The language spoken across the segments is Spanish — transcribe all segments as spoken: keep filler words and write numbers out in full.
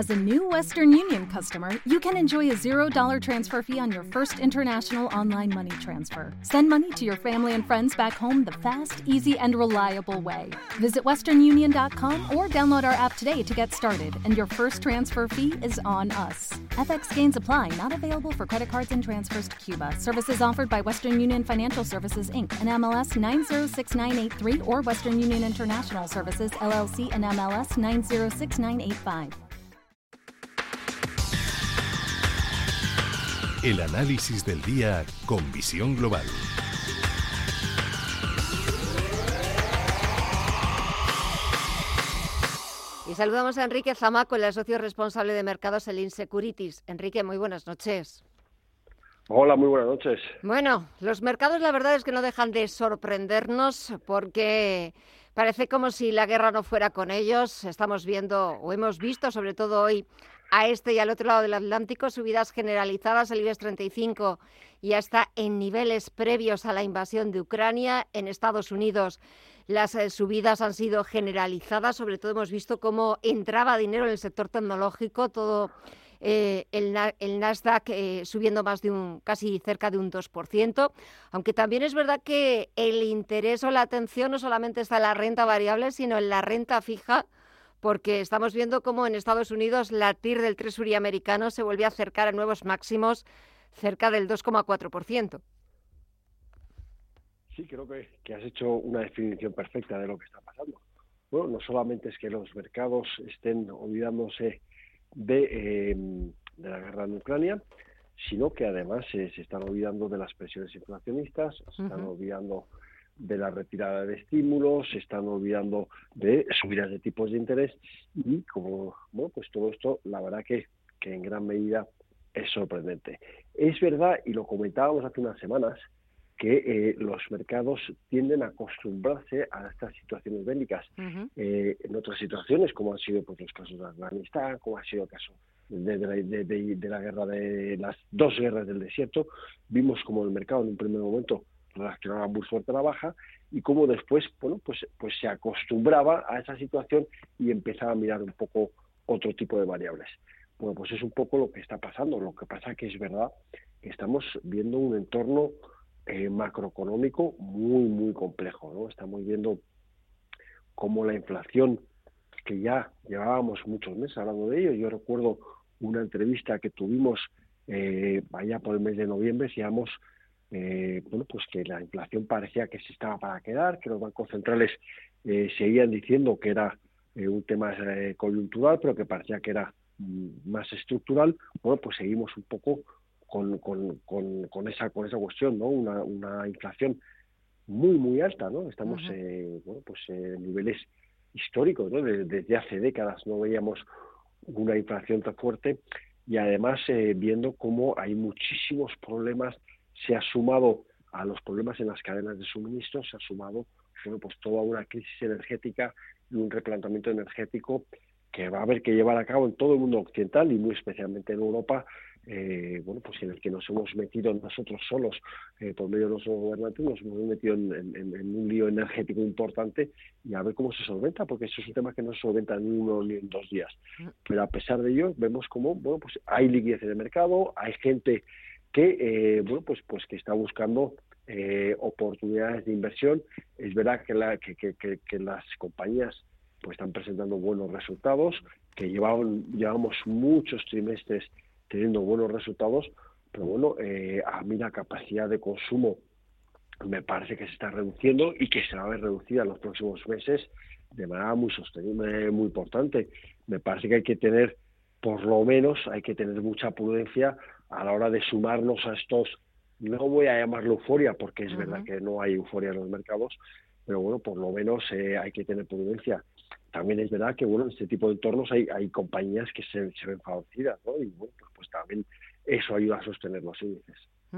As a new Western Union customer, you can enjoy a zero dollar transfer fee on your first international online money transfer. Send money to your family and friends back home the fast, easy, and reliable way. Visit western union dot com or download our app today to get started, and your first transfer fee is on us. F X gains apply, not available for credit cards and transfers to Cuba. Services offered by Western Union Financial Services, Incorporated, and M L S nine zero six nine eight three or Western Union International Services, L L C, and M L S nine zero six nine eight five. El análisis del día con visión global. Y saludamos a Enrique Zamaco, el socio responsable de mercados en Insecurities. Enrique, muy buenas noches. Hola, muy buenas noches. Bueno, los mercados la verdad es que no dejan de sorprendernos porque parece como si la guerra no fuera con ellos. Estamos viendo, o hemos visto sobre todo hoy, a este y al otro lado del Atlántico, subidas generalizadas, el IBEX treinta y cinco y hasta en niveles previos a la invasión de Ucrania. En Estados Unidos las eh, subidas han sido generalizadas, sobre todo hemos visto cómo entraba dinero en el sector tecnológico, todo eh, el, el Nasdaq eh, subiendo más de un, casi cerca de un dos por ciento, aunque también es verdad que el interés o la atención no solamente está en la renta variable, sino en la renta fija, porque estamos viendo cómo en Estados Unidos la T I R del Treasury americano se vuelve a acercar a nuevos máximos cerca del dos coma cuatro por ciento. Sí, creo que, que has hecho una definición perfecta de lo que está pasando. Bueno, no solamente es que los mercados estén olvidándose de, eh, de la guerra en Ucrania, sino que además eh, se están olvidando de las presiones inflacionistas, se están uh-huh. olvidando de la retirada de estímulos, se están olvidando de subidas de tipos de interés y como bueno, pues todo esto la verdad que, que en gran medida es sorprendente. Es verdad, y lo comentábamos hace unas semanas, que eh, los mercados tienden a acostumbrarse a estas situaciones bélicas. Uh-huh. Eh, en otras situaciones, como han sido pues, los casos de Afganistán, como ha sido el caso de, de, de, de, de la guerra de las dos guerras del desierto, vimos como el mercado en un primer momento reaccionaba muy fuerte a la baja y como después bueno pues pues se acostumbraba a esa situación y empezaba a mirar un poco otro tipo de variables. Bueno, pues es un poco lo que está pasando. Lo que pasa que es verdad que estamos viendo un entorno eh, macroeconómico muy muy complejo, ¿no? Estamos viendo cómo la inflación, que ya llevábamos muchos meses hablando de ello. Yo recuerdo una entrevista que tuvimos eh, allá por el mes de noviembre, decíamos Eh, bueno, pues que la inflación parecía que se estaba para quedar, que los bancos centrales eh, seguían diciendo que era eh, un tema eh, coyuntural, pero que parecía que era mm, más estructural. Bueno, pues seguimos un poco con, con, con, con esa con esa cuestión, ¿no? Una, una inflación muy, muy alta, ¿no? Estamos uh-huh. eh, bueno, pues en eh, niveles históricos, ¿no? Desde, desde hace décadas no veíamos una inflación tan fuerte y además eh, viendo cómo hay muchísimos problemas. Se ha sumado a los problemas en las cadenas de suministro, se ha sumado bueno, pues toda una crisis energética y un replanteamiento energético que va a haber que llevar a cabo en todo el mundo occidental y muy especialmente en Europa, eh, bueno, pues en el que nos hemos metido nosotros solos eh, por medio de los gobernantes, nos hemos metido en, en, en un lío energético importante y a ver cómo se solventa, porque eso es un tema que no se solventa en uno ni en dos días. Pero a pesar de ello, vemos cómo bueno, pues hay liquidez en el mercado, hay gente que eh, bueno pues pues que está buscando eh, oportunidades de inversión. Es verdad que, la, que, que, que, que las compañías pues están presentando buenos resultados, que llevaban, llevamos muchos trimestres teniendo buenos resultados, pero bueno, eh, a mí la capacidad de consumo me parece que se está reduciendo y que se va a ver reducida en los próximos meses de manera muy sostenible, muy importante. Me parece que hay que tener, por lo menos, hay que tener mucha prudencia a la hora de sumarnos a estos, no voy a llamarlo euforia, porque es uh-huh. verdad que no hay euforia en los mercados, pero bueno, por lo menos eh, hay que tener prudencia. También es verdad que bueno, en este tipo de entornos hay, hay compañías que se, se ven favorecidas, ¿no? Y bueno, pues, pues también eso ayuda a sostener los índices.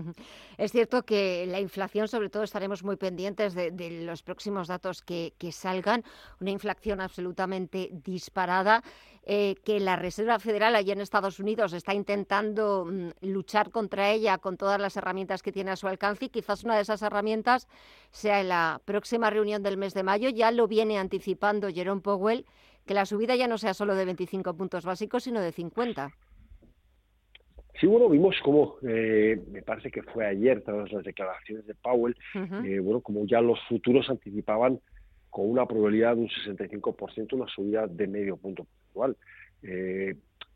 Es cierto que la inflación, sobre todo, estaremos muy pendientes de, de los próximos datos que, que salgan, una inflación absolutamente disparada, eh, que la Reserva Federal allá en Estados Unidos está intentando mm, luchar contra ella con todas las herramientas que tiene a su alcance y quizás una de esas herramientas sea en la próxima reunión del mes de mayo. Ya lo viene anticipando Jerome Powell, que la subida ya no sea solo de veinticinco puntos básicos, sino de cincuenta. Sí, bueno, vimos como, eh, me parece que fue ayer, tras las declaraciones de Powell, uh-huh. eh, bueno, como ya los futuros anticipaban con una probabilidad de un sesenta y cinco por ciento una subida de medio punto porcentual. Eh,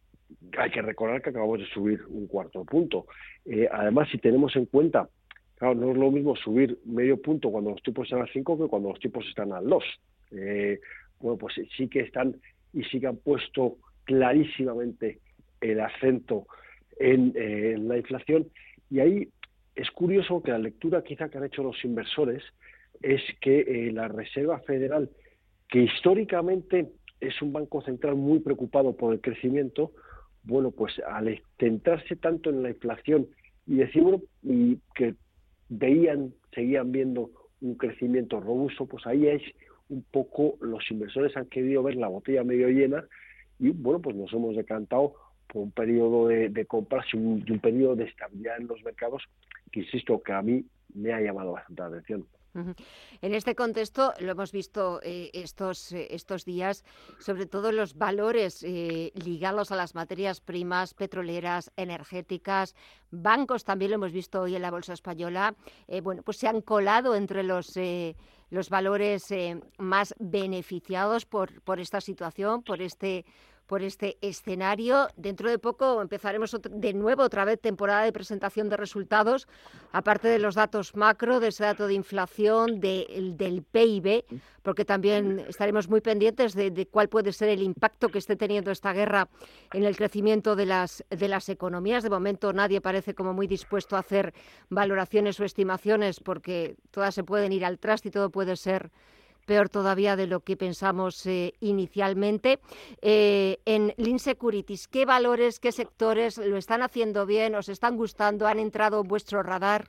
hay que recordar que acabamos de subir un cuarto punto. Eh, además, si tenemos en cuenta, claro, no es lo mismo subir medio punto cuando los tipos están al cinco que cuando los tipos están al dos. Eh, bueno, pues sí que están y sí que han puesto clarísimamente el acento en, eh, en la inflación, y ahí es curioso que la lectura quizá que han hecho los inversores es que eh, la Reserva Federal, que históricamente es un banco central muy preocupado por el crecimiento, bueno, pues al centrarse tanto en la inflación y decir, bueno, y que veían, seguían viendo un crecimiento robusto, pues ahí es un poco, los inversores han querido ver la botella medio llena y, bueno, pues nos hemos decantado por un periodo de, de compras y un, y un periodo de estabilidad en los mercados que, insisto, que a mí me ha llamado bastante la atención. Uh-huh. En este contexto lo hemos visto eh, estos, eh, estos días, sobre todo los valores eh, ligados a las materias primas petroleras, energéticas, bancos también lo hemos visto hoy en la Bolsa Española, eh, bueno, pues se han colado entre los, eh, los valores eh, más beneficiados por, por esta situación, por este... por este escenario. Dentro de poco empezaremos de nuevo otra vez temporada de presentación de resultados, aparte de los datos macro, de ese dato de inflación, de, del P I B, porque también estaremos muy pendientes de, de cuál puede ser el impacto que esté teniendo esta guerra en el crecimiento de las, de las economías. De momento nadie parece como muy dispuesto a hacer valoraciones o estimaciones, porque todas se pueden ir al traste y todo puede ser peor todavía de lo que pensamos eh, inicialmente. Eh, en Lin Securities, ¿qué valores, qué sectores lo están haciendo bien, os están gustando, han entrado en vuestro radar?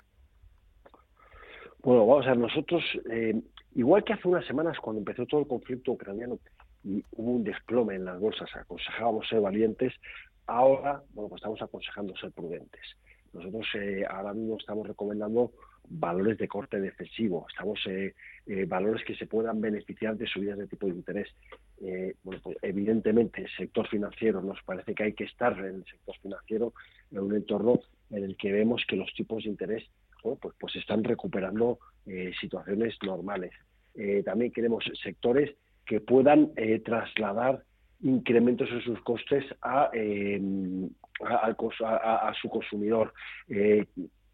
Bueno, vamos a ver, nosotros, eh, igual que hace unas semanas cuando empezó todo el conflicto ucraniano y hubo un desplome en las bolsas, aconsejábamos ser valientes, ahora, bueno, pues estamos aconsejando ser prudentes. Nosotros eh, ahora mismo estamos recomendando valores de corte defensivo, estamos eh, eh, valores que se puedan beneficiar de subidas de tipo de interés. Eh, bueno, pues evidentemente el sector financiero, nos parece que hay que estar en el sector financiero en un entorno en el que vemos que los tipos de interés, bueno, pues, pues están recuperando eh, situaciones normales. Eh, también queremos sectores que puedan eh, trasladar incrementos en sus costes a, eh, a, a, a su consumidor. Eh,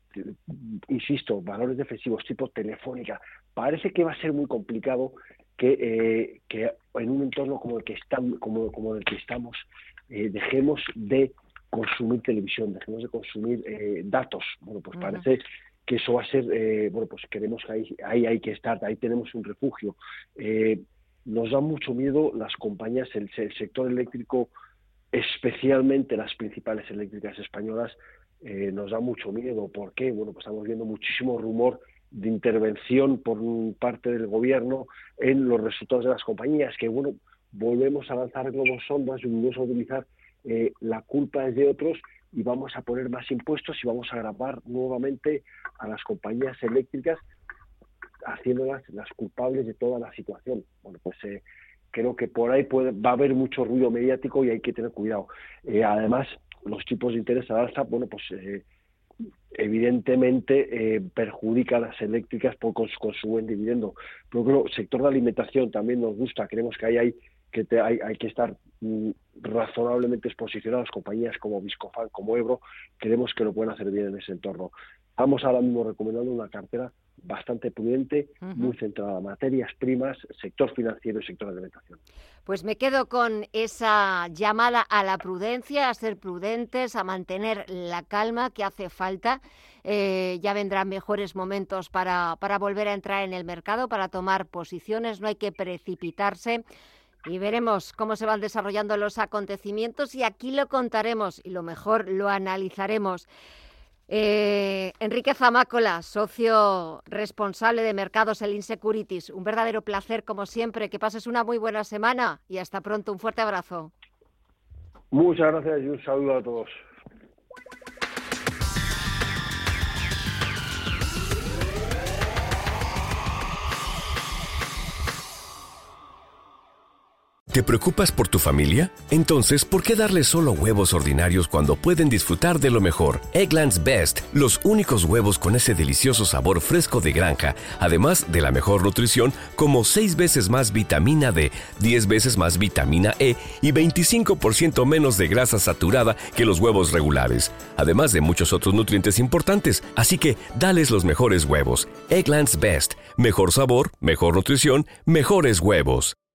insisto, valores defensivos tipo Telefónica. Parece que va a ser muy complicado que, eh, que en un entorno como el que estamos, como, como el que estamos eh, dejemos de consumir televisión, dejemos de consumir eh, datos. Bueno, pues uh-huh. parece que eso va a ser, eh, bueno, pues queremos que ahí, ahí hay que estar, ahí tenemos un refugio. Eh, nos da mucho miedo las compañías, el, el sector eléctrico, especialmente las principales eléctricas españolas, eh, nos da mucho miedo. ¿Por qué? Bueno, pues estamos viendo muchísimo rumor de intervención por parte del gobierno en los resultados de las compañías, que bueno, volvemos a lanzar globos sondas y volvemos a utilizar eh, la culpa es de otros y vamos a poner más impuestos y vamos a gravar nuevamente a las compañías eléctricas, haciéndolas las culpables de toda la situación. Bueno, pues eh, creo que por ahí puede, va a haber mucho ruido mediático y hay que tener cuidado. Eh, además, los tipos de interés al alza, bueno, pues eh, evidentemente eh, perjudica a las eléctricas por con, con su buen dividendo. Pero creo que el sector de alimentación también nos gusta, creemos que ahí hay que te, hay, hay que estar mm, razonablemente exposicionados, compañías como Viscofan, como Ebro, creemos que lo pueden hacer bien en ese entorno. Estamos ahora mismo recomendando una cartera bastante prudente, uh-huh. muy centrada en materias primas, sector financiero y sector de alimentación. Pues me quedo con esa llamada a la prudencia, a ser prudentes, a mantener la calma que hace falta. Eh, ya vendrán mejores momentos para, para volver a entrar en el mercado, para tomar posiciones, no hay que precipitarse. Y veremos cómo se van desarrollando los acontecimientos y aquí lo contaremos y lo mejor lo analizaremos. Eh, Enrique Zamácola, socio responsable de mercados en Lin Securities, un verdadero placer como siempre, que pases una muy buena semana y hasta pronto, un fuerte abrazo. Muchas gracias y un saludo a todos. ¿Te preocupas por tu familia? Entonces, ¿por qué darles solo huevos ordinarios cuando pueden disfrutar de lo mejor? Eggland's Best, los únicos huevos con ese delicioso sabor fresco de granja, además de la mejor nutrición, como seis veces más vitamina D, diez veces más vitamina E y veinticinco por ciento menos de grasa saturada que los huevos regulares, además de muchos otros nutrientes importantes. Así que, dales los mejores huevos. Eggland's Best, mejor sabor, mejor nutrición, mejores huevos.